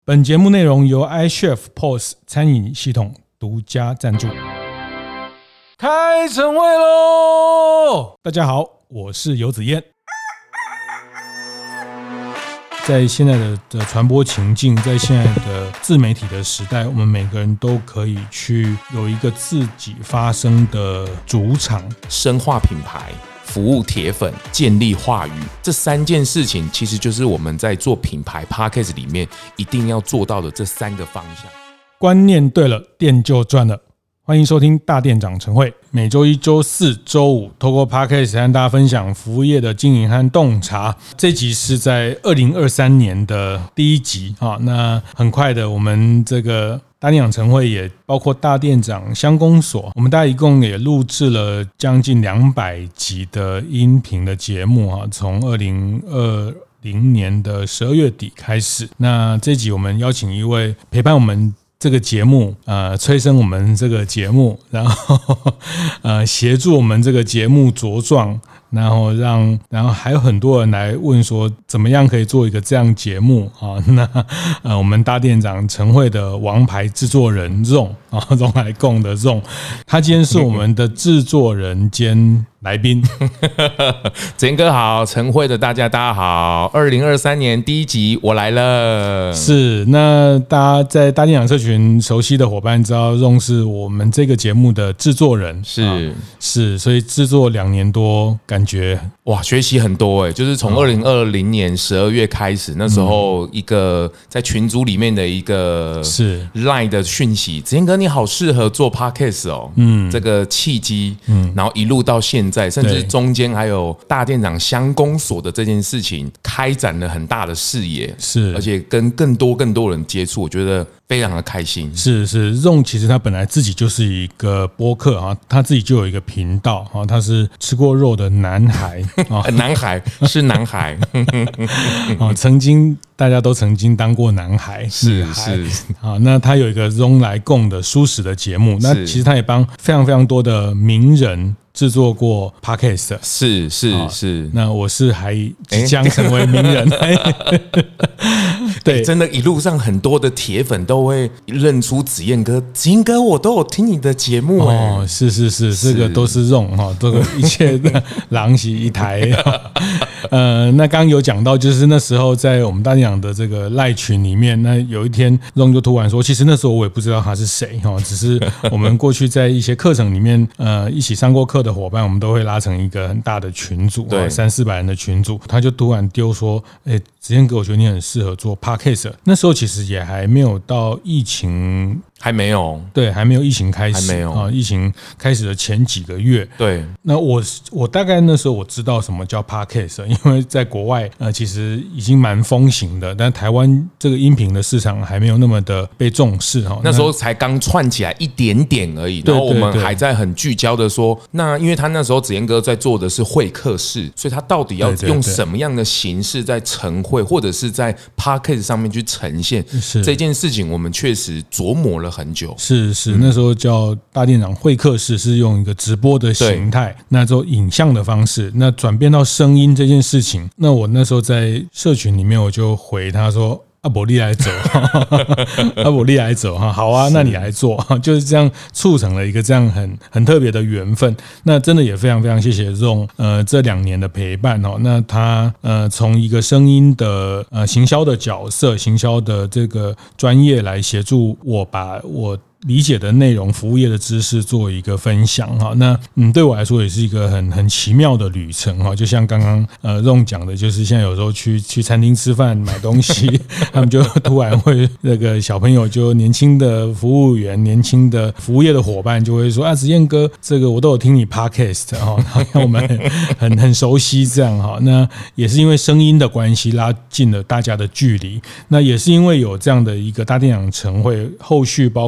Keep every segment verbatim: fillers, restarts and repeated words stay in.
本节目内容由 iChef P O S 餐饮系统独家赞助。开晨会喽！大家好，我是游子燕。在现在 的, 的传播情境，在现在的自媒体的时代，我们每个人都可以去有一个自己发声的主场， 深化品牌，服务铁粉，建立话语，这三件事情其实就是我们在做品牌 Podcast 里面一定要做到的这三个方向。 观念对了，店就赚了。欢迎收听大店长晨会，每周一、周四、周五，透过 Podcast 和大家分享服务业的经营和洞察。这集是在二零二三年的第一集啊，那很快的，我们这个大店长晨会也包括大店长乡公所，我们大家一共也录制了将近两百集的音频的节目啊，从二零二零年的十二月底开始。那这集我们邀请一位陪伴我们这个节目，呃，催生我们这个节目，然后呃，协助我们这个节目茁壮，然后让，然后还有很多人来问说，怎么样可以做一个这样节目啊？那呃，我们大店长晨会的王牌制作人 Ron 啊 ，Ron 来共的 Ron， 他今天是我们的制作人兼来宾。 子燕哥好，晨会的大家大家好，二零二三年第一集我来了。 是，那大家在大店长社群熟悉的伙伴知道 Ron 是我们这个节目的制作人， 是、 啊、是，所以制作两年多，感觉哇，学习很多哎、欸，就是从二零二零年十二月开始，那时候一个在群组里面的一个是 Line 的讯息，子燕哥你好适合做 Podcast 哦，嗯，这个契机，嗯，然后一路到现在，甚至中间还有大店长乡公所的这件事情，开展了很大的视野， 是， 而且跟更多更多人接触，我觉得非常的开心。 是是 ，Ron 其实他本来自己就是一个播客啊，他自己就有一个频道啊，他是吃过肉的男孩啊， 男孩是男孩啊，曾经大家都曾经当过男孩， 是是啊，那他有一个 Ron 来共的蔬食的节目，那其实他也帮非常非常多的名人制作过 Podcast， 是是是， 那我是还即将成为名人，对， 真的，一路上很多的铁粉都会认出子燕哥，子燕哥我都有听你的节目哎、欸， 哦，是是是，这个都是 Ron 哈，这个一切的狼藉一台。呃，那刚刚有讲到，就是那时候在我们大店长的这个赖群里面，那有一天 Ron 就突然说，其实那时候我也不知道他是谁哈，只是我们过去在一些课程里面，呃，一起上过课的伙伴，我们都会拉成一个很大的群组，对，三四百人的群组，他就突然丢说，哎、欸，子燕哥，我觉得你很适合做 Podcast。那时候其实也还没有到疫情。 还没有， 对，还没有疫情开始， 还没有啊！疫情开始的前几个月， 对， 那我我大概那时候我知道什么叫 Podcast， 因为在国外呃其实已经蛮风行的，但台湾这个音频的市场还没有那么的被重视哈。 那时候才刚串起来一点点而已，然后我们还在很聚焦的说，那因为他那时候子燕哥在做的是会客室，所以他到底要用什么样的形式在晨会或者是在 Podcast 上面去呈现这件事情，我们确实琢磨了很久， 是是，那时候叫大店长会客室，是用一个直播的形态，那之后影像的方式，那转变到声音这件事情，那我那时候在社群里面我就回他说，阿伯利来走，阿伯利来走哈，好啊，那你来做，就是这样促成了一个这样很很特别的缘分。那真的也非常非常谢谢 Ron 呃这两年的陪伴哦。那他呃从一个声音的呃行销的角色，行销的这个专业来协助我把我理解的内容、服务业的知识做一个分享哈，那嗯对我来说也是一个很很奇妙的旅程哈，就像刚刚呃 Ron 讲的，就是现在有时候去去餐厅吃饭买东西，他们就突然会那个小朋友就年轻的服务员、年轻的服务业的伙伴就会说啊，子燕哥，这个我都有听你 Podcast 哈，让我们很很熟悉这样哈，那也是因为声音的关系拉近了大家的距离，那也是因为有这样的一个大店长晨会，后续包括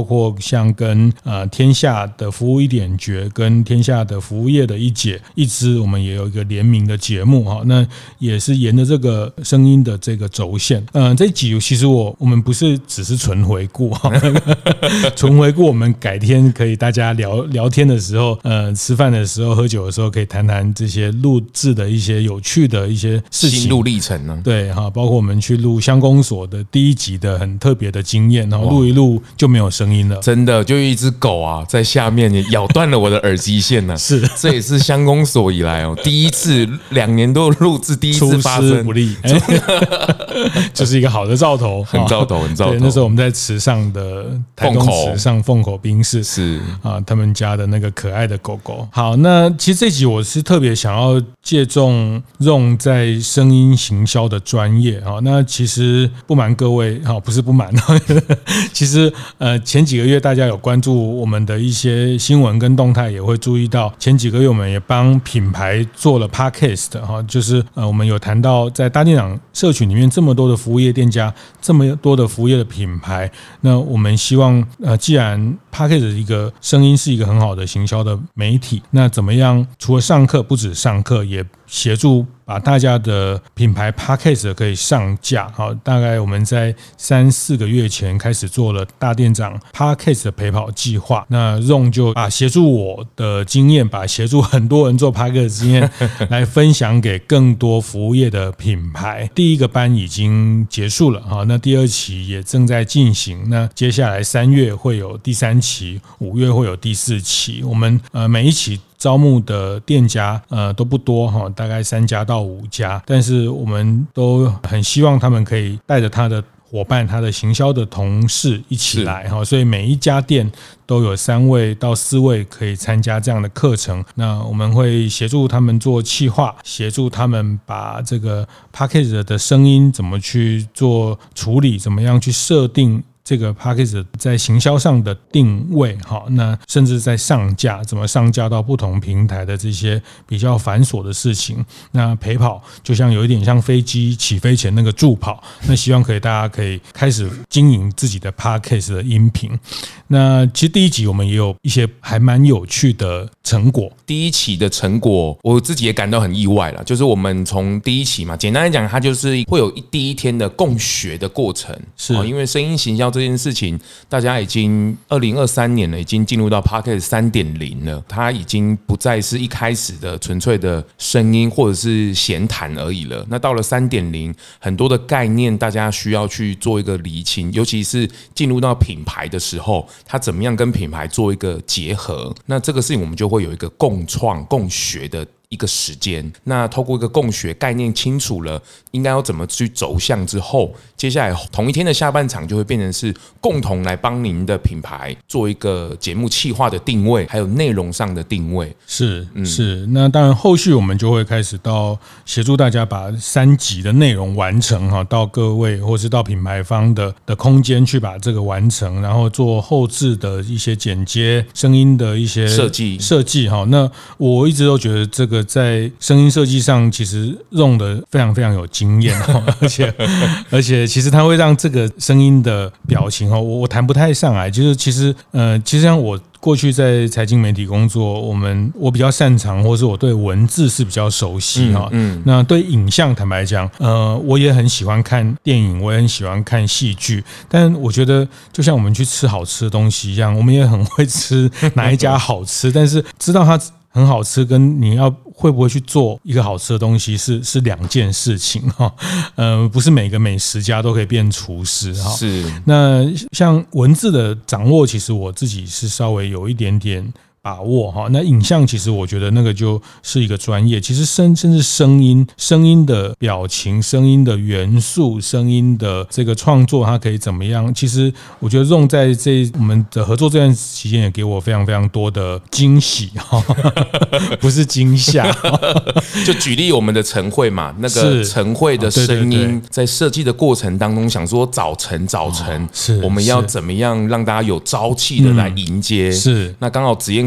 像跟呃天下的服务一点诀跟天下的服务业的一姐一支，我们也有一个联名的节目哈，那也是沿着这个声音的这个轴线。呃，这一集其实我我们不是只是纯回顾哈，纯回顾我们改天可以大家聊聊天的时候，呃，吃饭的时候、喝酒的时候，可以谈谈这些录制的一些有趣的一些事情、 心路历程呢。 对哈，包括我们去录乡公所的第一集的很特别的经验，然后录一录就没有声音了， 真的就一只狗啊在下面咬断了我的耳机线呢、啊。 是， 这也是乡公所以来哦第一次，两年多录制第一次发生， 出师不利，欸、就是一个好的兆头， 很兆头，很兆头。 对，那时候我们在池上的台东池上凤口冰室是啊，他们家的那个可爱的狗狗。好，那其实这集我是特别想要借重用在声音行销的专业啊。那其实不瞒各位，好，不是不瞒，其实呃前几个月大家有关注我们的一些新闻跟动态，也会注意到前几个月我们也帮品牌做了 podcast 哈，就是呃我们有谈到在大店长社群里面这么多的服务业店家，这么多的服务业的品牌，那我们希望呃既然 podcast 的一个声音是一个很好的行销的媒体，那怎么样除了上课不止上课，也协助把大家的品牌 podcast 可以上架。好，大概我们在三四个月前开始做了大店长 podcast 的陪跑计划，那 Ron 就把协助我的经验，把协助很多人做 podcast 的经验来分享给更多服务业的品牌。第一个班已经结束了，那第二期也正在进行，那接下来三月会有第三期，五月会有第四期。我们呃每一期招募的店家呃都不多哈，大概三家到五家，但是我们都很希望他们可以带着他的伙伴、他的行销的同事一起来哈，所以每一家店都有三位到四位可以参加这样的课程。那我们会协助他们做企划，协助他们把这个 Podcast 的声音怎么去做处理，怎么样去设定这个 Podcast 在行销上的定位，那甚至在上架怎么上架到不同平台的这些比较繁琐的事情。那陪跑就像有一点像飞机起飞前那个助跑，那希望可以大家可以开始经营自己的 Podcast 的音频。那其实第一集我们也有一些还蛮有趣的成果。 第一期的成果我自己也感到很意外啦，就是我们从第一期嘛，简单来讲它就是会有第一天的共学的过程，是因为声音行销这件事情大家已经二零二三年了，已经进入到 Podcast 三点零 了，它已经不再是一开始的纯粹的声音或者是闲谈而已了。那到了 三点零， 很多的概念大家需要去做一个厘清，尤其是进入到品牌的时候，它怎么样跟品牌做一个结合，那这个事情我们就会有一个共创共学的一个时间。那透过一个共学概念清楚了应该要怎么去走向之后，接下来同一天的下半场就会变成是共同来帮您的品牌做一个节目企划的定位，还有内容上的定位。 是、嗯、是，那当然后续我们就会开始到协助大家把三集的内容完成哈，到各位或是到品牌方的的空间去把这个完成，然后做后制的一些剪接、声音的一些设计设计哈。那我一直都觉得这个在声音设计上其实用的非常非常有经验，而且而且其实它会让这个声音的表情我我谈不太上来，就是其实呃其实像我过去在财经媒体工作，我们我比较擅长，或是我对文字是比较熟悉哈、嗯嗯。那对影像，坦白讲，呃，我也很喜欢看电影，我也很喜欢看戏剧。但我觉得，就像我们去吃好吃的东西一样，我们也很会吃哪一家好吃，但是知道它很好吃，跟你要会不会去做一个好吃的东西是是两件事情哈。呃，不是每个美食家都可以变厨师哈。是。那像文字的掌握，其实我自己是稍微有一点点把握哈。那影像其实我觉得那个就是一个专业，其实甚甚至声音、声音的表情、声音的元素、声音的这个创作，它可以怎么样？其实我觉得用在这我们的合作这段期间，也给我非常非常多的惊喜哈，不是惊吓。 就举例我们的晨会嘛，那个晨会的声音，在设计的过程当中，想说早晨早晨，我们要怎么样让大家有朝气的来迎接？是。那刚好子燕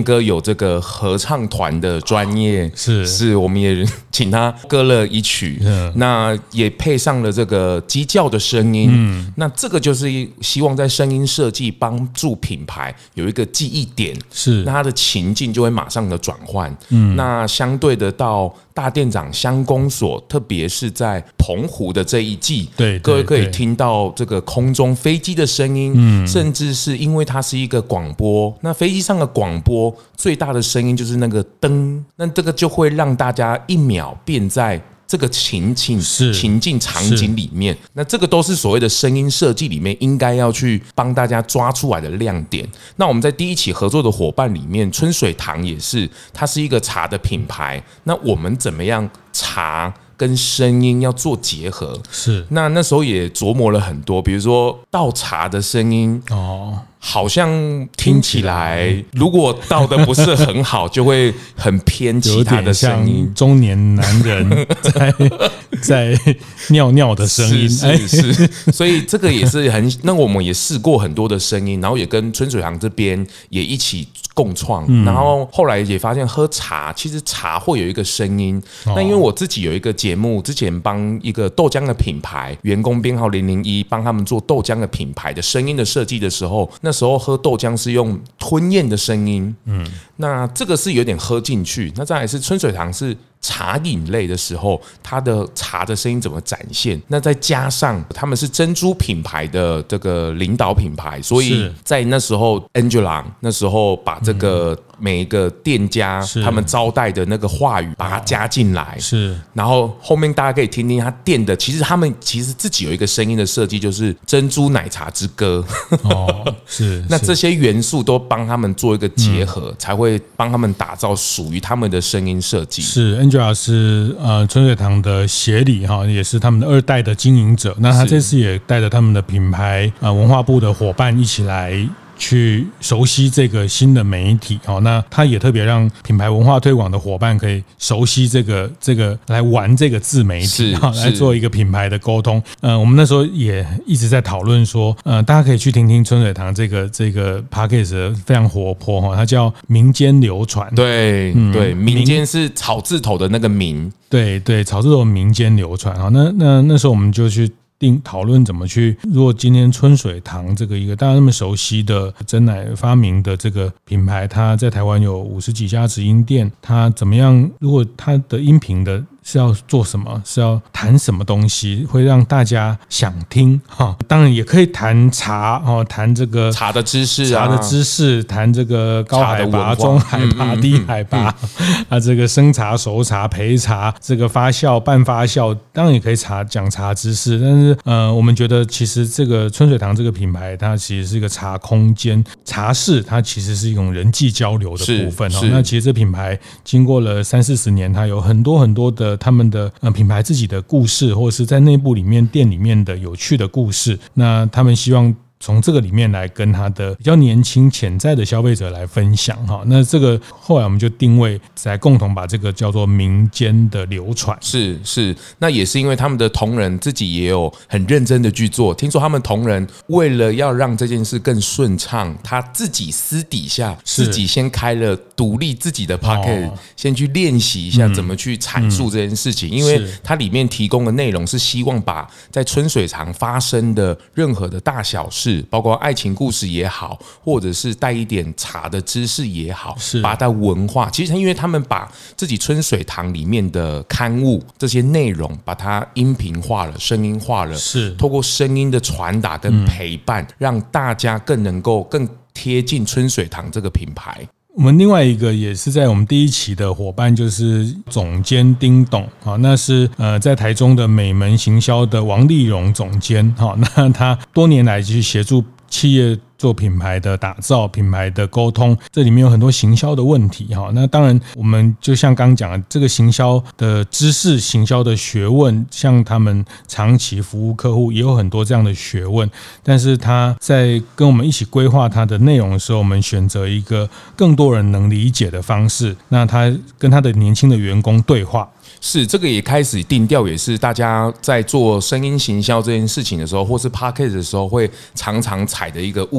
哥有这个合唱团的专业， 是是，我们也请他歌了一曲，那也配上了这个鸡叫的声音。嗯，那这个就是希望在声音设计帮助品牌有一个记忆点， 是， 那它的情境就会马上的转换。嗯，那相对的到大店长乡公所，特别是在澎湖的这一季， 对， 各位可以听到这个空中飞机的声音，嗯，甚至是因为它是一个广播，那飞机上的广播最大的声音就是那个灯，那这个就会让大家一秒变在这个情境情境场景里面，那这个都是所谓的声音设计里面应该要去帮大家抓出来的亮点。那我们在第一期合作的伙伴里面，春水堂也是，它是一个茶的品牌，那我们怎么样茶跟声音要做结合？ 是， 那那时候也琢磨了很多，比如说倒茶的声音哦。好像听起来，如果倒的不是很好，就会很偏其他的声音， 中年男人在在尿尿的声音， 是是是，所以这个也是很。那我们也试过很多的声音，然后也跟春水堂这边也一起共创，嗯、然后后来也发现喝茶，其实茶会有一个声音。哦、那因为我自己有一个节目，之前帮一个豆浆的品牌员工编号零零一，帮他们做豆浆的品牌的声音的设计的时候，那时候喝豆浆是用吞咽的声音，嗯，那这个是有点喝进去。那再来是春水堂是茶饮类的时候，它的茶的声音怎么展现？那再加上他们是珍珠品牌的这个领导品牌，所以在那时候 Angela 那时候把这个每一个店家他们招待的那个话语把它加进来， 是， 然后后面大家可以听听他店的，其实他们其实自己有一个声音的设计，就是珍珠奶茶之歌。 哦，是， 那这些元素都帮他们做一个结合，嗯、才会帮他们打造属于他们的声音设计。 是 Angela 是呃春水堂的协理哈，也是他们的二代的经营者。那他这次也带着他们的品牌呃文化部的伙伴一起来去熟悉这个新的媒体，好，那他也特别让品牌文化推广的伙伴可以熟悉这个这个来玩这个自媒体，来做一个品牌的沟通。呃，我们那时候也一直在讨论说，呃，大家可以去听听春水堂这个这个 podcast 非常活泼哈，它叫民间流传。 对、嗯、对，民间是草字头的那个民， 对对，草字头民间流传哈。那那那时候我们就去定讨论怎么去，如果今天春水堂这个一个大家那么熟悉的珍奶发明的这个品牌，它在台湾有五十几家直营店，它怎么样？如果它的音频的是要做什么，是要谈什么东西，会让大家想听哈？当然也可以谈茶哦，谈这个茶的知识啊，茶的知识，谈这个高海拔、中海拔、嗯、低海拔、嗯嗯、啊，这个生茶、熟茶、焙茶，这个发酵、半发酵，当然也可以茶讲茶知识。但是呃，我们觉得其实这个春水堂这个品牌，它其实是一个茶空间、茶室，它其实是一种人际交流的部分。那其实这品牌经过了三四十年，它有很多很多的他们的呃品牌自己的故事，或者是在内部里面店里面的有趣的故事，那他们希望从这个里面来跟他的比较年轻潜在的消费者来分享哈。那这个后来我们就定位来共同把这个叫做民间的流传。 是是，那也是因为他们的同仁自己也有很认真的去做。听说他们同仁为了要让这件事更顺畅，他自己私底下自己先开了独立自己的 podcast，、哦、先去练习一下怎么去阐述这件事情。嗯、因为它里面提供的内容是希望把在春水堂发生的任何的大小事，包括爱情故事也好，或者是带一点茶的知识也好，把它文化。其实因为他们把自己春水堂里面的刊物这些内容，把它音频化了、声音化了，是透过声音的传达跟陪伴，嗯、让大家更能够更贴近春水堂这个品牌。 我们另外一个也是在我们第一期的伙伴，就是总监丁董啊，那是呃在台中的美门行销的王丽蓉总监哈，那他多年来去协助企业做品牌的打造、品牌的沟通，这里面有很多行销的问题哈。那当然，我们就像刚刚讲的，这个行销的知识、行销的学问，像他们长期服务客户也有很多这样的学问。但是他在跟我们一起规划他的内容的时候，我们选择一个更多人能理解的方式。那他跟他的年轻的员工对话。 是，这个也开始定调，也是大家在做声音行销这件事情的时候，或是 podcast 的时候，会常常踩的一个误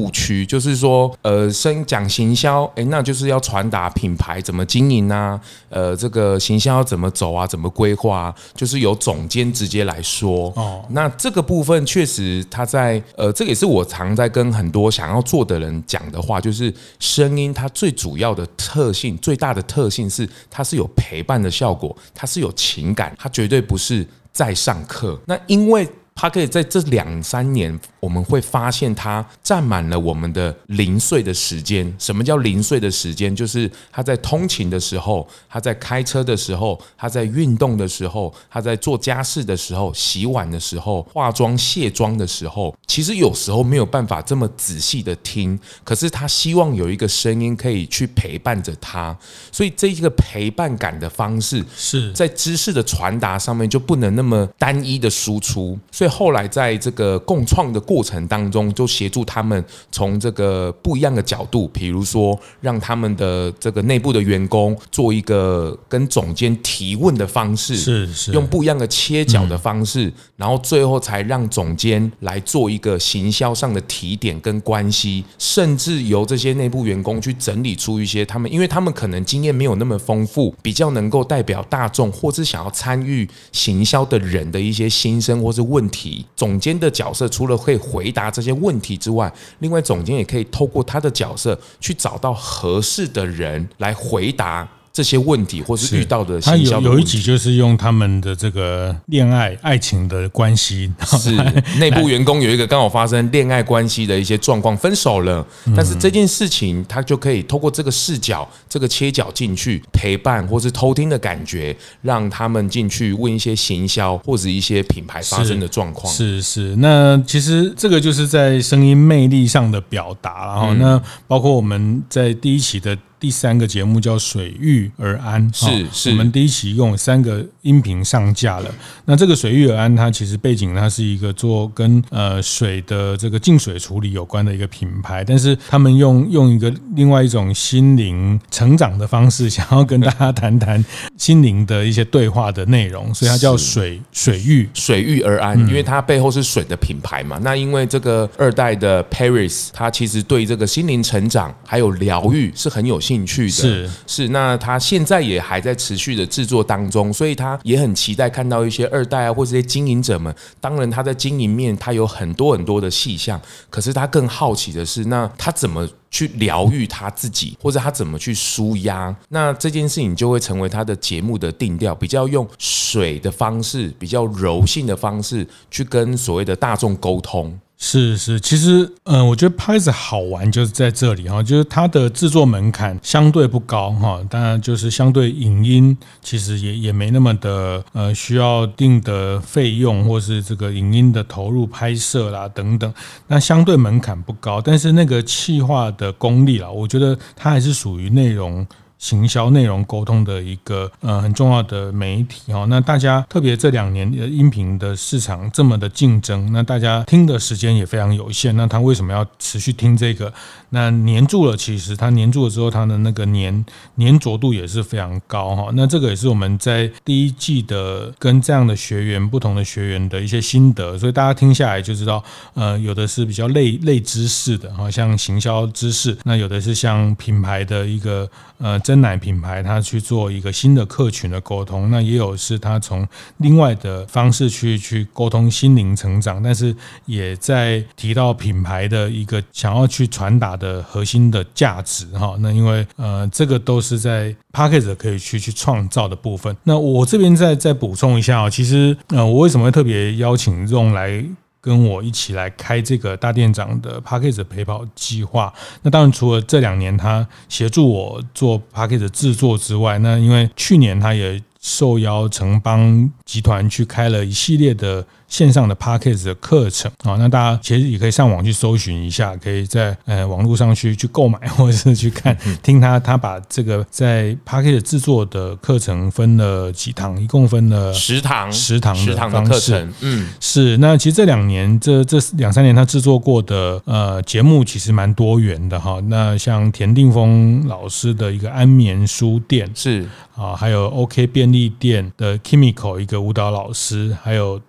误区，就是说，呃，生讲行销，哎，那就是要传达品牌怎么经营啊，呃，这个行销要怎么走啊，怎么规划啊，就是由总监直接来说。哦，那这个部分确实，他在呃，这个也是我常在跟很多想要做的人讲的话，就是声音它最主要的特性，最大的特性是它是有陪伴的效果，它是有情感，它绝对不是在上课。那因为Podcast在这两三年，我们会发现它占满了我们的零碎的时间。什么叫零碎的时间？就是他在通勤的时候，他在开车的时候，他在运动的时候，他在做家事的时候，洗碗的时候，化妆卸妆的时候，其实有时候没有办法这么仔细的听，可是他希望有一个声音可以去陪伴着他，所以这一个陪伴感的方式是在知识的传达上面就不能那么单一的输出，所以后来在这个共创的过程当中，就协助他们从这个不一样的角度，比如说让他们的这个内部的员工做一个跟总监提问的方式，是是用不一样的切角的方式，嗯、然后最后才让总监来做一个行销上的提点跟关系，甚至由这些内部员工去整理出一些他们，因为他们可能经验没有那么丰富，比较能够代表大众或是想要参与行销的人的一些心声或是问题。总监的角色除了可以回答这些问题之外，另外总监也可以透过他的角色去找到合适的人来回答这些问题，或是遇到的行销的问题。 他有有一集就是用他们的这个恋爱、爱情的关系， 是内部员工有一个刚好发生恋爱关系的一些状况，分手了，但是这件事情他就可以透过这个视角、这个切角进去陪伴，或是偷听的感觉，让他们进去问一些行销或者一些品牌发生的状况。 是 是, 是，那其实这个就是在声音魅力上的表达，然后、嗯、那包括我们在第一期的第三个节目叫水遇而安， 是是， 我们第一期一共有三个音频上架了。那这个水遇而安，它其实背景它是一个做跟呃水的这个净水处理有关的一个品牌，但是他们用用一个另外一种心灵成长的方式，想要跟大家谈谈心灵的一些对话的内容，所以它叫水水遇水遇而安、嗯，因为它背后是水的品牌嘛。那因为这个二代的 Paris， 他其实对这个心灵成长还有疗愈是很有兴趣的，是是，那他现在也还在持续的制作当中，所以他也很期待看到一些二代啊，或者这些经营者们。当然，他在经营面他有很多很多的细项，可是他更好奇的是，那他怎么去疗愈他自己，或者他怎么去抒压？那这件事情就会成为他的节目的定调，比较用水的方式，比较柔性的方式去跟所谓的大众沟通。 是是，其实嗯，我觉得 Podcast 好玩就是在这里哈，就是它的制作门槛相对不高哈，当然就是相对影音其实也也没那么的呃需要定的费用或是这个影音的投入拍摄啦等等，那相对门槛不高，但是那个企划的功力啦，我觉得它还是属于内容行销内容沟通的一个呃很重要的媒体哈，那大家特别这两年的音频的市场这么的竞争，那大家听的时间也非常有限，那他为什么要持续听这个？那黏住了，其实他黏住了之后，他的那个黏黏着度也是非常高哈。那这个也是我们在第一季的跟这样的学员不同的学员的一些心得，所以大家听下来就知道，呃，有的是比较类类知识的哈，像行销知识，那有的是像品牌的一个呃。珍奶品牌，他去做一个新的客群的沟通，那也有是他从另外的方式去去沟通心灵成长，但是也在提到品牌的一个想要去传达的核心的价值哈。那因为呃这个都是在 Podcast 可以去去创造的部分。那我这边再再补充一下哦，其实呃我为什么会特别邀请Ron来跟我一起来开这个大店长的 Podcast 陪跑计划。那当然除了这两年他协助我做 Podcast 制作之外，那因为去年他也受邀城邦集团去开了一系列的线上的 Podcast 的课程啊，那大家其实也可以上网去搜寻一下，可以在呃网络上去去购买，或者是去看听他他把这个在 Podcast 制作的课程分了几堂，一共分了十堂十堂十堂的课程。嗯， 是。那其实这两年这这两三年他制作过的呃节目其实蛮多元的哈。那像田定峰老师的一个安眠书店是啊，还有 OK 便利店的 Kimiko 一个舞蹈老师，还有读物教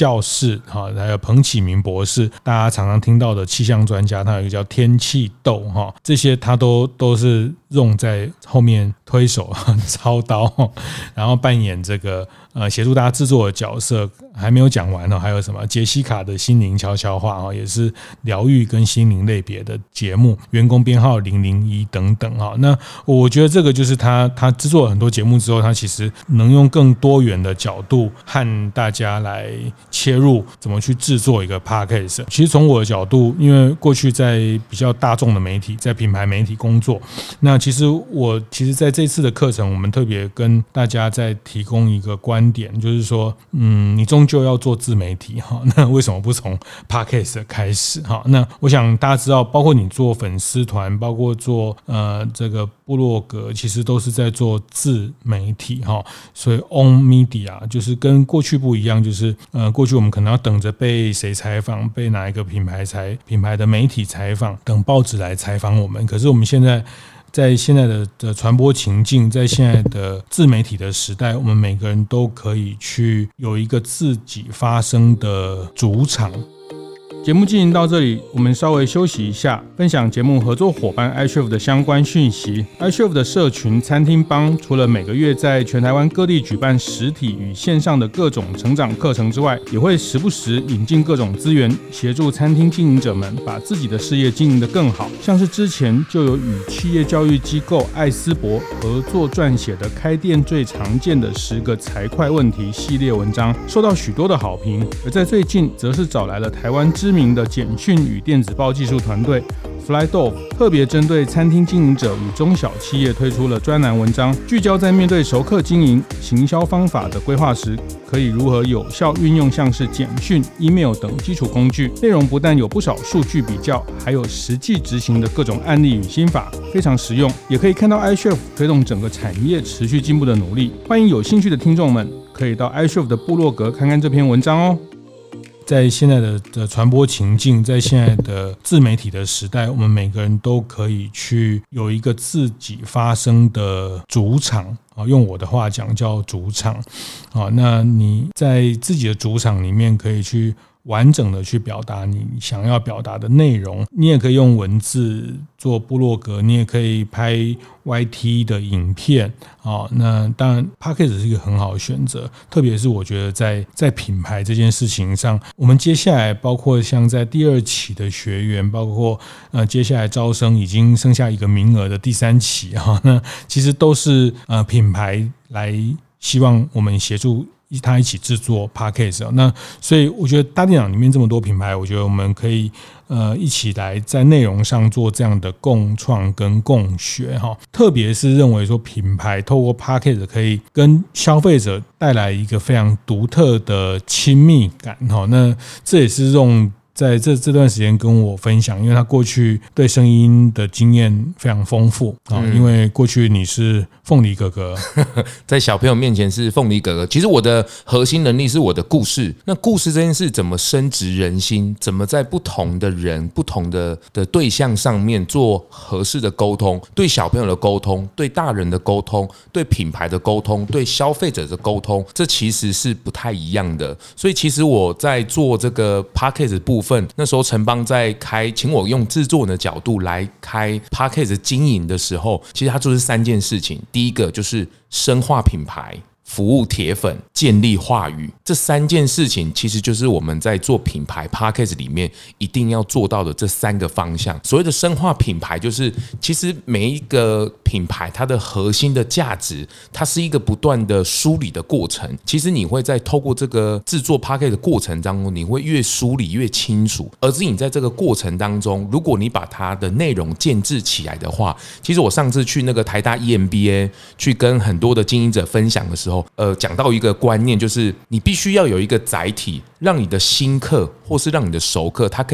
教室，还有彭启明博士，大家常常听到的气象专家，他有一个叫天气豆，这些他都都是用在后面推手操刀，然后扮演这个呃协助大家制作的角色。还没有讲完哦，还有什么杰西卡的心灵悄悄话哦，也是疗愈跟心灵类别的节目，员工编号零零一等等哈。那我觉得这个就是他他制作了很多节目之后，他其实能用更多元的角度和大家来切入，怎么去制作一个 podcast。其实从我的角度，因为过去在比较大众的媒体，在品牌媒体工作，那其实我其实在这次的课程，我们特别跟大家在提供一个观点，就是说，嗯，你终究要做自媒体哈，那为什么不从 podcast 开始哈？那我想大家知道，包括你做粉丝团，包括做呃这个部落格，其实都是在做自媒体哈。所以 on media 就是跟过去不一样，就是呃过去我们可能要等着被谁采访，被哪一个品牌采品牌的媒体采访，等报纸来采访我们。可是我们现在在现在 的, 的传播情境，在现在的自媒体的时代，我们每个人都可以去有一个自己发声的主场。节目进行到这里，我们稍微休息一下，分享节目合作伙伴 iChef 的相关讯息。iChef 的社群餐厅帮，除了每个月在全台湾各地举办实体与线上的各种成长课程之外，也会时不时引进各种资源，协助餐厅经营者们把自己的事业经营得更好。像是之前就有与企业教育机构艾斯伯合作撰写的开店最常见的十个财会问题系列文章，受到许多的好评。而在最近，则是找来了台湾知名的简讯与电子报技术团队 FlyDove， 特别针对餐厅经营者与中小企业推出了专栏文章，聚焦在面对熟客经营、行销方法的规划时，可以如何有效运用像是简讯、email 等基础工具。内容不但有不少数据比较，还有实际执行的各种案例与心法，非常实用。也可以看到 iChef 推动整个产业持续进步的努力。欢迎有兴趣的听众们可以到 iChef 的部落格看看这篇文章哦。在现在 的, 的传播情境，在现在的自媒体的时代，我们每个人都可以去有一个自己发声的主场，用我的话讲叫主场。那你在自己的主场里面可以去完整的去表达你想要表达的内容，你也可以用文字做部落格，你也可以拍 Y T 的影片。那当然 Podcast 是一个很好的选择，特别是我觉得在在品牌这件事情上，我们接下来包括像在第二期的学员，包括呃接下来招生已经剩下一个名额的第三期，那其实都是呃品牌来希望我们协助他一起制作 Podcast。 那所以我觉得大电脑里面这么多品牌，我觉得我们可以呃一起来在内容上做这样的共创跟共学哈。特别是认为说品牌透过 Podcast 可以跟消费者带来一个非常独特的亲密感哈。那这也是用在 这, 这段时间跟我分享，因为他过去对声音的经验非常丰富、嗯、因为过去你是凤梨哥哥在小朋友面前是凤梨哥哥，其实我的核心能力是我的故事。那故事这件事怎么深植人心，怎么在不同的人不同 的, 的对象上面做合适的沟通，对小朋友的沟通，对大人的沟通，对品牌的沟通，对消费者的沟通，这其实是不太一样的。所以其实我在做这个 Podcast 部分，那时候陈邦在开请我用制作人的角度来开 Podcast 经营的时候，其实它就是三件事情。第一个就是深化品牌，服务铁粉，建立话语，这三件事情其实就是我们在做品牌 Podcast 里面一定要做到的这三个方向。所谓的深化品牌，就是其实每一个品牌它的核心的价值，它是一个不断的梳理的过程。其实你会在透过这个制作 Podcast 的过程当中，你会越梳理越清楚。而是你在这个过程当中，如果你把它的内容建制起来的话，其实我上次去那个台大 E M B A 去跟很多的经营者分享的时候，呃，讲到一个观念，就是你必须要有一个载体，让你的新客或是让你的熟客，他可以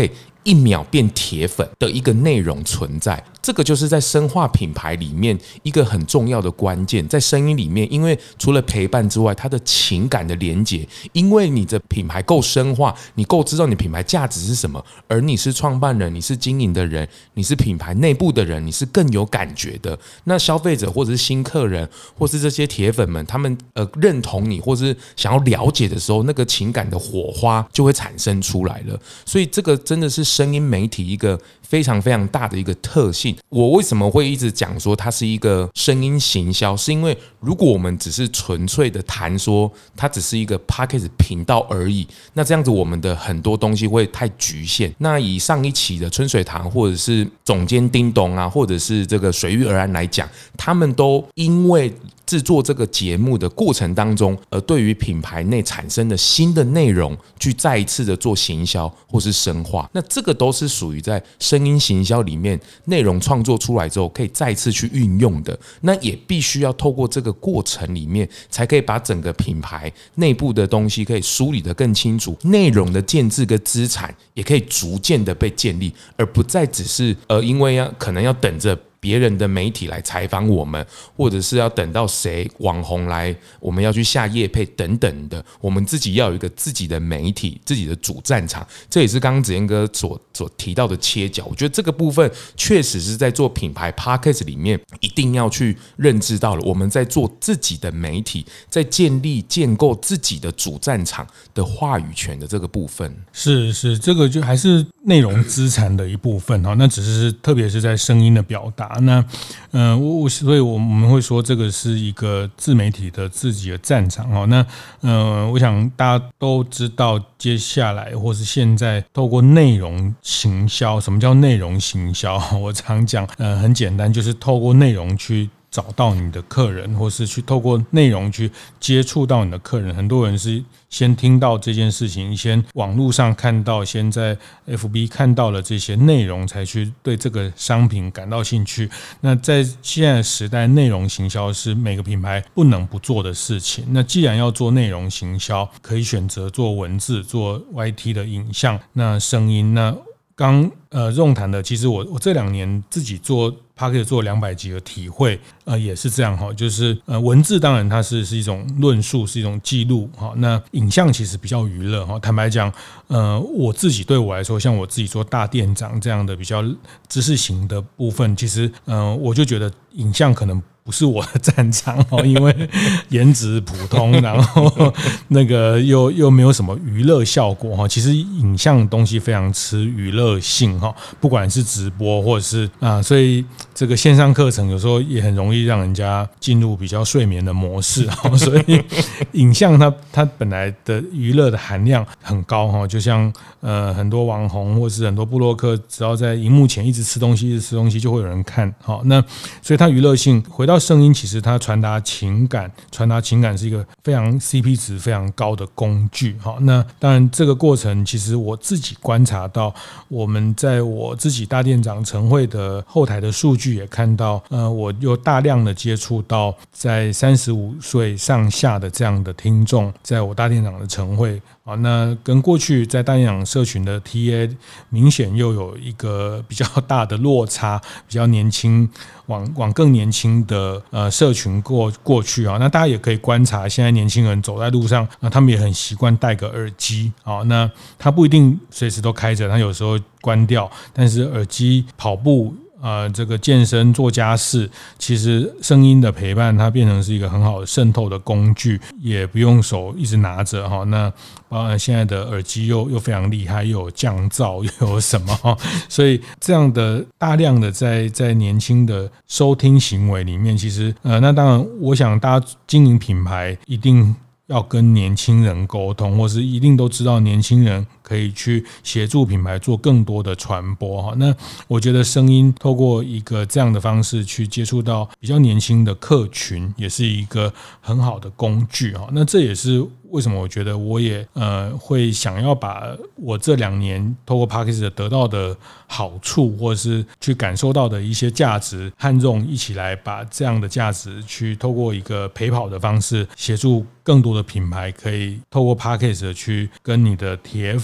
一秒变铁粉的一个内容存在。这个就是在深化品牌里面一个很重要的关键，在声音里面，因为除了陪伴之外，它的情感的连结，因为你的品牌够深化，你够知道你品牌价值是什么，而你是创办人，你是经营的人，你是品牌内部的人，你是更有感觉的。那消费者或者是新客人，或是这些铁粉们，他们呃认同你，或是想要了解的时候，那个情感的火花就会产生出来了。所以这个真的是声音媒体一个非常非常大的一个特性。我为什么会一直讲说它是一个声音行销，是因为如果我们只是纯粹的谈说它只是一个 Podcast 频道而已，那这样子我们的很多东西会太局限。那以上一期的春水堂或者是总监叮咚啊，或者是这个水遇而安来讲，他们都因为制作这个节目的过程当中，而对于品牌内产生的新的内容，去再一次的做行销或是深化，那这个都是属于在声音行销里面内容创作出来之后，可以再次去运用的。那也必须要透过这个过程里面，才可以把整个品牌内部的东西可以梳理得更清楚，内容的建制跟资产也可以逐渐的被建立，而不再只是呃，因为要可能要等着别人的媒体来采访我们，或者是要等到谁网红来，我们要去下业配等等的，我们自己要有一个自己的媒体，自己的主战场。这也是刚刚子嫣哥所所提到的切角。我觉得这个部分确实是在做品牌 Podcast 里面一定要去认知到了，我们在做自己的媒体，在建立建构自己的主战场的话语权的这个部分。 是是，这个就还是内容资产的一部分哈。那只是特别是在声音的表达。那，呃，我所以我们会说这个是一个自媒体的自己的战场哈。那，呃，我想大家都知道，接下来或是现在透过内容行销，什么叫内容行销？我常讲，呃，很简单，就是透过内容去找到你的客人，或是去透过内容去接触到你的客人。很多人是先听到这件事情，先网络上看到，先在 F B 看到了这些内容，才去对这个商品感到兴趣。那在现在的时代，内容行销是每个品牌不能不做的事情。那既然要做内容行销，可以选择做文字、做 Y T 的影像、那声音。那刚呃用谈的，其实我我这两年自己做 Podcast 做两百集的体会，呃也是这样哈，就是呃文字当然它是是一种论述，是一种记录哈，那影像其实比较娱乐哈。坦白讲，呃我自己对我来说，像我自己做大店长这样的比较知识型的部分，其实呃我就觉得影像可能不是我的战场哦，因为颜值普通，然后那个又又没有什么娱乐效果哈。其实影像的东西非常吃娱乐性哈，不管是直播或者是啊，所以这个线上课程有时候也很容易让人家进入比较睡眠的模式哈。所以影像它它本来的娱乐的含量很高哈，就像呃很多网红或是很多部落客，只要在荧幕前一直吃东西，一直吃东西，就会有人看哈。那所以它娱乐性回到声音，其实它传达情感，传达情感是一个非常 C P 值非常高的工具。好，那当然这个过程，其实我自己观察到，我们在我自己大店长晨会的后台的数据也看到，呃，我有大量的接触到在三十五岁上下的这样的听众，在我大店长的晨会。啊，那跟过去在大店长社群的 T A 明显又有一个比较大的落差，比较年轻，往往更年轻的呃社群过过去啊。那大家也可以观察，现在年轻人走在路上，啊，他们也很习惯戴个耳机啊。那他不一定随时都开着，他有时候关掉，但是耳机跑步。呃，这个健身做家事，其实声音的陪伴，它变成是一个很好的渗透的工具，也不用手一直拿着哈。那包含现在的耳机又又非常厉害，又有降噪，又有什么哈，所以这样的大量的在在年轻的收听行为里面，其实呃，那当然，我想大家经营品牌一定要跟年轻人沟通，或是一定都知道年轻人可以去协助品牌做更多的传播哈。那我觉得声音透过一个这样的方式去接触到比较年轻的客群，也是一个很好的工具哈。那这也是为什么我觉得我也呃会想要把我这两年透过 Podcast 得到的好处，或者是去感受到的一些价值，和Ron一起来把这样的价值去透过一个陪跑的方式，协助更多的品牌可以透过 Podcast 去跟你的铁粉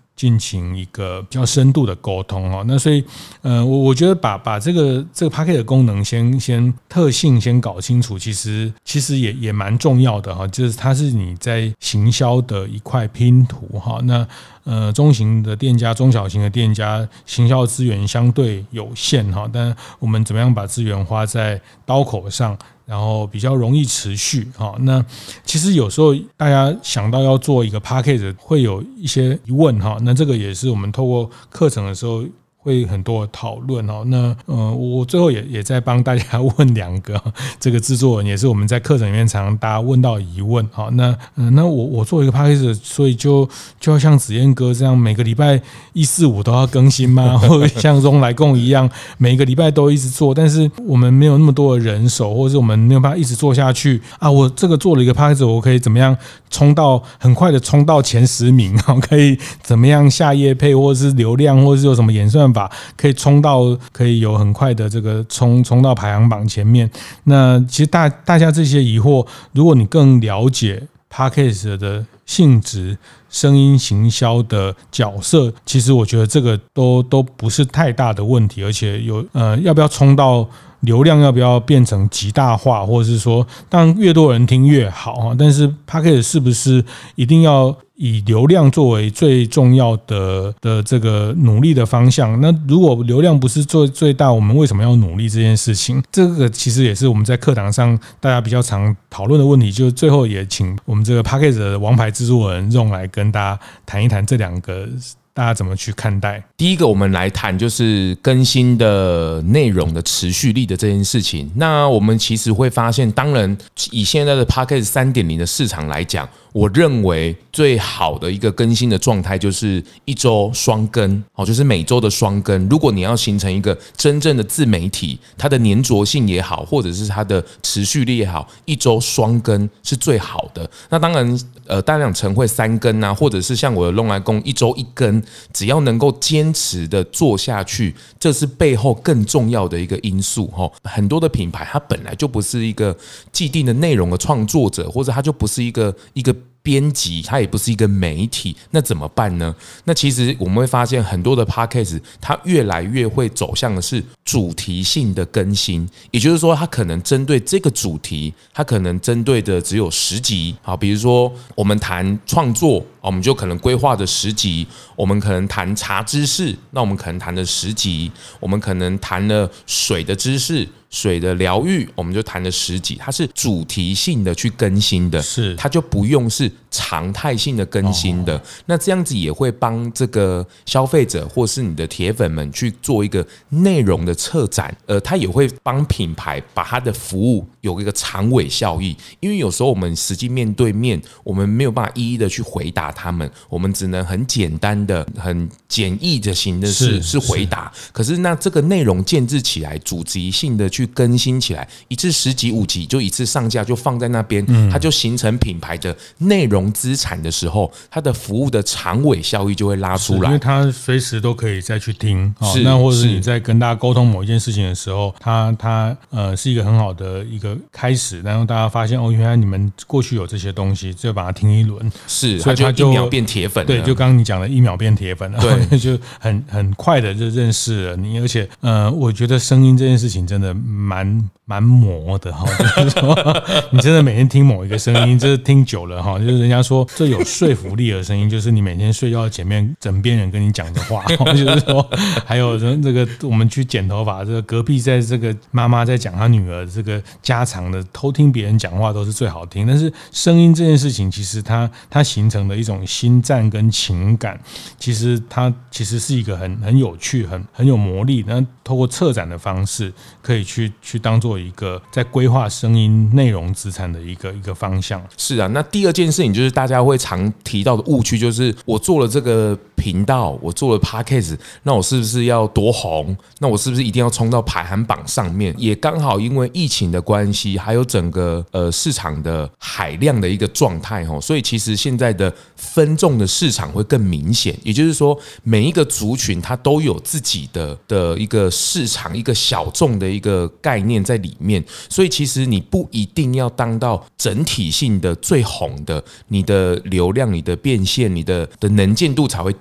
进行一个比较深度的沟通哈。那所以呃，我我觉得把把这个这个 Podcast 的功能先先特性先搞清楚，其实其实也也蛮重要的哈，就是它是你在行销的一块拼图哈。那呃，中型的店家、中小型的店家，行销资源相对有限哈，但我们怎么样把资源花在刀口上，然后比较容易持续哈。那其实有时候大家想到要做一个 Podcast 会有一些疑问哈，那这个也是我们透过课程的时候会很多讨论哦。那呃，我最后也也在帮大家问两个这个制作人，也是我们在课程里面常常大家问到疑问。好，那呃，那我我做一个 podcast， 所以就就要像子燕哥这样，每个礼拜一四五都要更新吗？或者像中来共一样，每个礼拜都一直做？但是我们没有那么多的人手，或者是我们没有办法一直做下去啊。我这个做了一个 podcast， 我可以怎么样冲到很快的冲到前十名？可以怎么样下业配，或者是流量，或者是有什么演算法可以冲到，可以有很快的这个冲冲到排行榜前面。那其实大大家这些疑惑，如果你更了解 Podcast 的性质、声音行销的角色，其实我觉得这个都都不是太大的问题，而且有呃要不要冲到流量，要不要变成极大化，或者是说当然越多人听越好，但是 Podcast 是不是一定要以流量作为最重要的的这个努力的方向？那如果流量不是最最大，我们为什么要努力这件事情？这个其实也是我们在课堂上大家比较常讨论的问题。就最后也请我们这个 Podcast 的王牌制作人用来跟大家谈一谈这两个。大家怎么去看待？ 第一个，我们来谈就是更新的内容的持续力的这件事情。那我们其实会发现，当然以现在的 Podcast 三点零 的市场来讲，我认为最好的一个更新的状态就是一周双更，就是每周的双更。如果你要形成一个真正的自媒体，它的粘着性也好，或者是它的持续力也好，一周双更是最好的。那当然，呃，大量晨会三更啊，或者是像我的弄来共一周一更，只要能够坚持的做下去，这是背后更重要的一个因素。很多的品牌它本来就不是一个既定的内容的创作者，或者它就不是一个一个编辑，它也不是一个媒体，那怎么办呢？那其实我们会发现很多的 podcast 它越来越会走向的是主题性的更新，也就是说它可能针对这个主题，它可能针对的只有十集。好，比如说我们谈创作，我们就可能规划的十集，我们可能谈茶知识，那我们可能谈的十集，我们可能谈了水的知识，水的疗愈，我们就谈了十集，它是主题性的去更新的， 是它就不用是常态性的更新的。哦、那这样子也会帮这个消费者或是你的铁粉们去做一个内容的策展，呃，它也会帮品牌把它的服务有一个长尾效益。因为有时候我们实际面对面，我们没有办法一一的去回答他们，我们只能很简单的、很简易的型的是是回答。可是那这个内容建制起来，主题性的去更新起来，一次十集五集就一次上架，就放在那边，它就形成品牌的内容资产的时候，它的服务的长尾效益就会拉出来， 因为它随时都可以再去听。是，那或者是你在跟大家沟通某一件事情的时候，它它呃是一个很好的一个开始，然后大家发现哦，原来你们过去有这些东西，就把它听一轮， 是，所以它就一秒变铁粉了。 对，就刚刚你讲的一秒变铁粉了，对，就很很快的就认识了你，而且呃，我觉得声音这件事情真的蛮蛮磨的哈，就是说你真的每天听某一个声音，就是听久了哈，就是人家说最有说服力的声音，就是你每天睡觉前面枕边人跟你讲的话，就是说还有这个我们去剪头发，这个隔壁在这个妈妈在讲她女儿这个家常的，偷听别人讲话都是最好听。但是声音这件事情，其实它它形成的一种心战跟情感，其实它其实是一个很很有趣、很很有魔力。那透过策展的方式，可以去去当做一个在规划声音内容资产的一个一个方向。 是啊，那第二件事情就是大家会常提到的误区，就是我做了这个频道，我做了 podcast， 那我是不是要多红？那我是不是一定要冲到排行榜上面？也刚好因为疫情的关系，还有整个呃市场的海量的一个状态哦，所以其实现在的分众的市场会更明显。也就是说，每一个族群它都有自己的的一个市场，一个小众的一个概念在里面。所以其实你不一定要当到整体性的最红的，你的流量、你的变现、你的的能见度才会提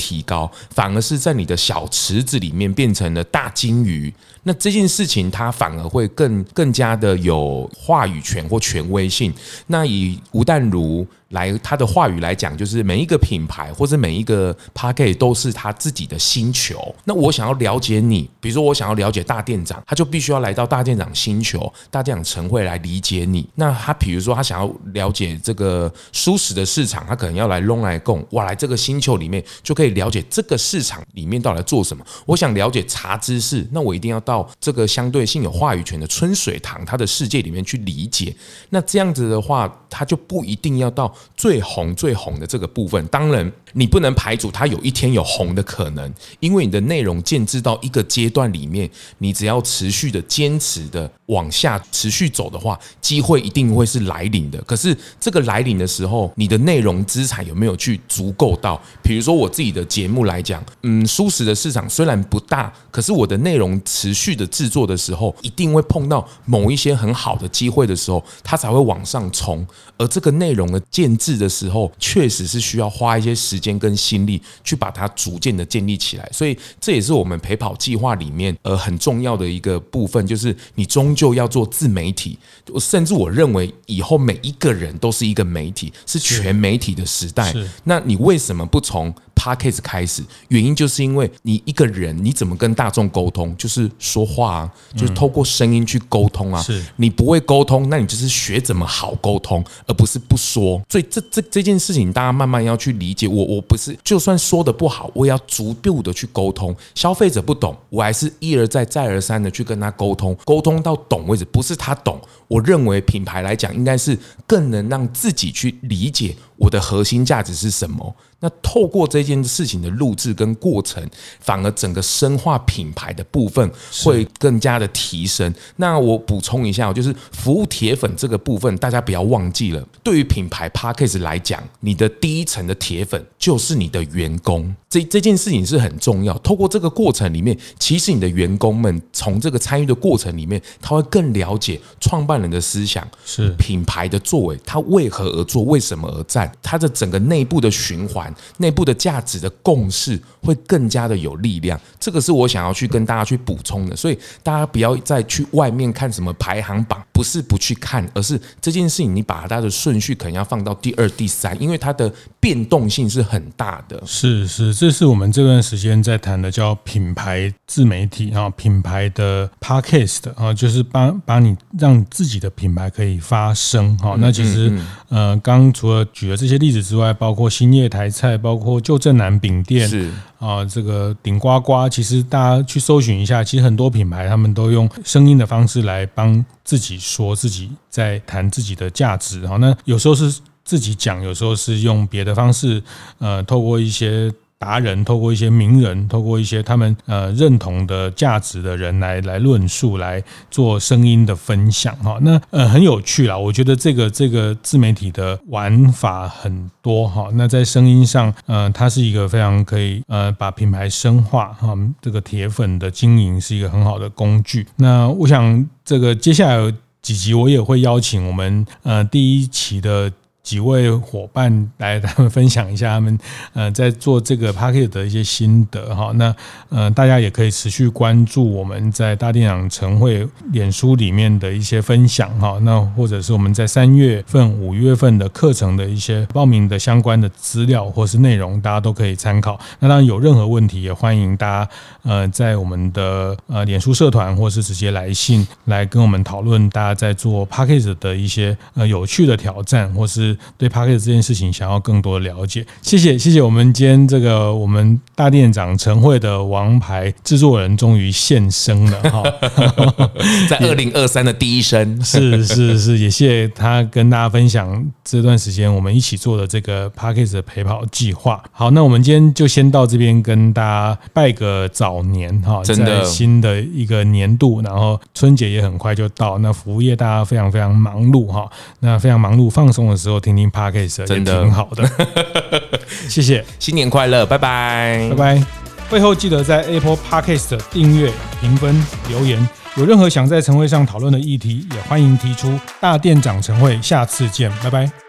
提高，反而是在你的小池子里面变成了大金鱼。那这件事情它反而会更更加的有话语权或权威性。那以吴淡如来他的话语来讲，就是每一个品牌或者每一个 Podcast 都是他自己的星球。那我想要了解你，比如说我想要了解大店长，他就必须要来到大店长星球、大店长晨会来理解你。那他比如说他想要了解这个蔬食的市场，他可能要来弄来供，哇，来这个星球里面就可以了解这个市场里面到底在做什么。我想了解茶知识，那我一定要到这个相对性有话语权的春水堂他的世界里面去理解。那这样子的话，他就不一定要到最红最红的这个部分。当然你不能排除他有一天有红的可能，因为你的内容建制到一个阶段里面，你只要持续的坚持的往下持续走的话，机会一定会是来临的。可是这个来临的时候，你的内容资产有没有去足够到？比如说我自己的节目来讲，嗯，蔬食的市场虽然不大，可是我的内容持续的制作的时候，一定会碰到某一些很好的机会的时候，它才会往上冲。而这个内容的建制的时候，确实是需要花一些时间跟心力去把它逐渐的建立起来。所以这也是我们陪跑计划里面呃很重要的一个部分，就是你终究要做自媒体。甚至我认为以后每一个人都是一个媒体，是全媒体的时代。那你为什么不从Podcast 开始？原因就是因为你一个人你怎么跟大众沟通？就是说话啊，就是透过声音去沟通啊。你不会沟通，那你就是学怎么好沟通，而不是不说。所以这这这件事情，大家慢慢要去理解。我我不是就算说的不好，我也要逐步的去沟通。消费者不懂，我还是一而再再而三的去跟他沟通，沟通到懂为止。不是他懂，我认为品牌来讲，应该是更能让自己去理解我的核心价值是什么。那透过这件事情的录制跟过程，反而整个深化品牌的部分会更加的提升。那我补充一下，就是服务铁粉这个部分，大家不要忘记了。对于品牌 Podcast 来讲，你的第一层的铁粉就是你的员工，这这件事情是很重要。透过这个过程里面，其实你的员工们从这个参与的过程里面，他会更了解创办人的思想，是品牌的作为，他为何而做，为什么而战，他的整个内部的循环。内部的价值的共识会更加的有力量，这个是我想要去跟大家去补充的。所以大家不要再去外面看什么排行榜，不是不去看，而是这件事情你把它的顺序可能要放到第二、第三，因为它的变动性是很大的。 是是，这是我们这段时间在谈的叫品牌自媒体啊，品牌的 Podcast 啊，就是把把你让自己的品牌可以发声哈。那其实呃，刚除了举了这些例子之外，包括兴业台菜，包括旧正南饼店是啊，这个顶呱呱，其实大家去搜寻一下，其实很多品牌他们都用声音的方式来帮自己说自己在谈自己的价值。好，那有时候是自己讲，有时候是用别的方式，呃，透过一些达人，透过一些名人，透过一些他们呃认同的价值的人来来论述，来做声音的分享哈。那呃很有趣啦，我觉得这个这个自媒体的玩法很多哈。那在声音上，呃，它是一个非常可以呃把品牌深化哈，这个铁粉的经营是一个很好的工具。那我想这个接下来有几集我也会邀请我们呃第一期的几位伙伴来他们分享一下他们呃在做这个 Podcast 的一些心得哈。那呃大家也可以持续关注我们在大店长晨会脸书里面的一些分享哈。那或者是我们在三月份、五月份的课程的一些报名的相关的资料或是内容，大家都可以参考。那当然有任何问题，也欢迎大家呃在我们的呃脸书社团或是直接来信来跟我们讨论大家在做 Podcast 的一些呃有趣的挑战，或是对 Podcast 这件事情想要更多的了解。谢谢谢谢我们今天这个我们大店长晨会的王牌制作人终于现身了哈， 在二零二三的第一声， 是是是，也谢谢他跟大家分享这段时间我们一起做的这个 Podcast 的陪跑计划。好，那我们今天就先到这边跟大家拜个早年哈， 真的在新的一个年度，然后春节也很快就到，那服务业大家非常非常忙碌哈，那非常忙碌放松的时候听听 Podcast 也挺好的。谢谢， 新年快乐，拜拜， 拜拜。会后记得在 Apple Podcast 订阅、评分、留言。有任何想在晨会上讨论的议题，也欢迎提出。大店长晨会，下次见，拜拜。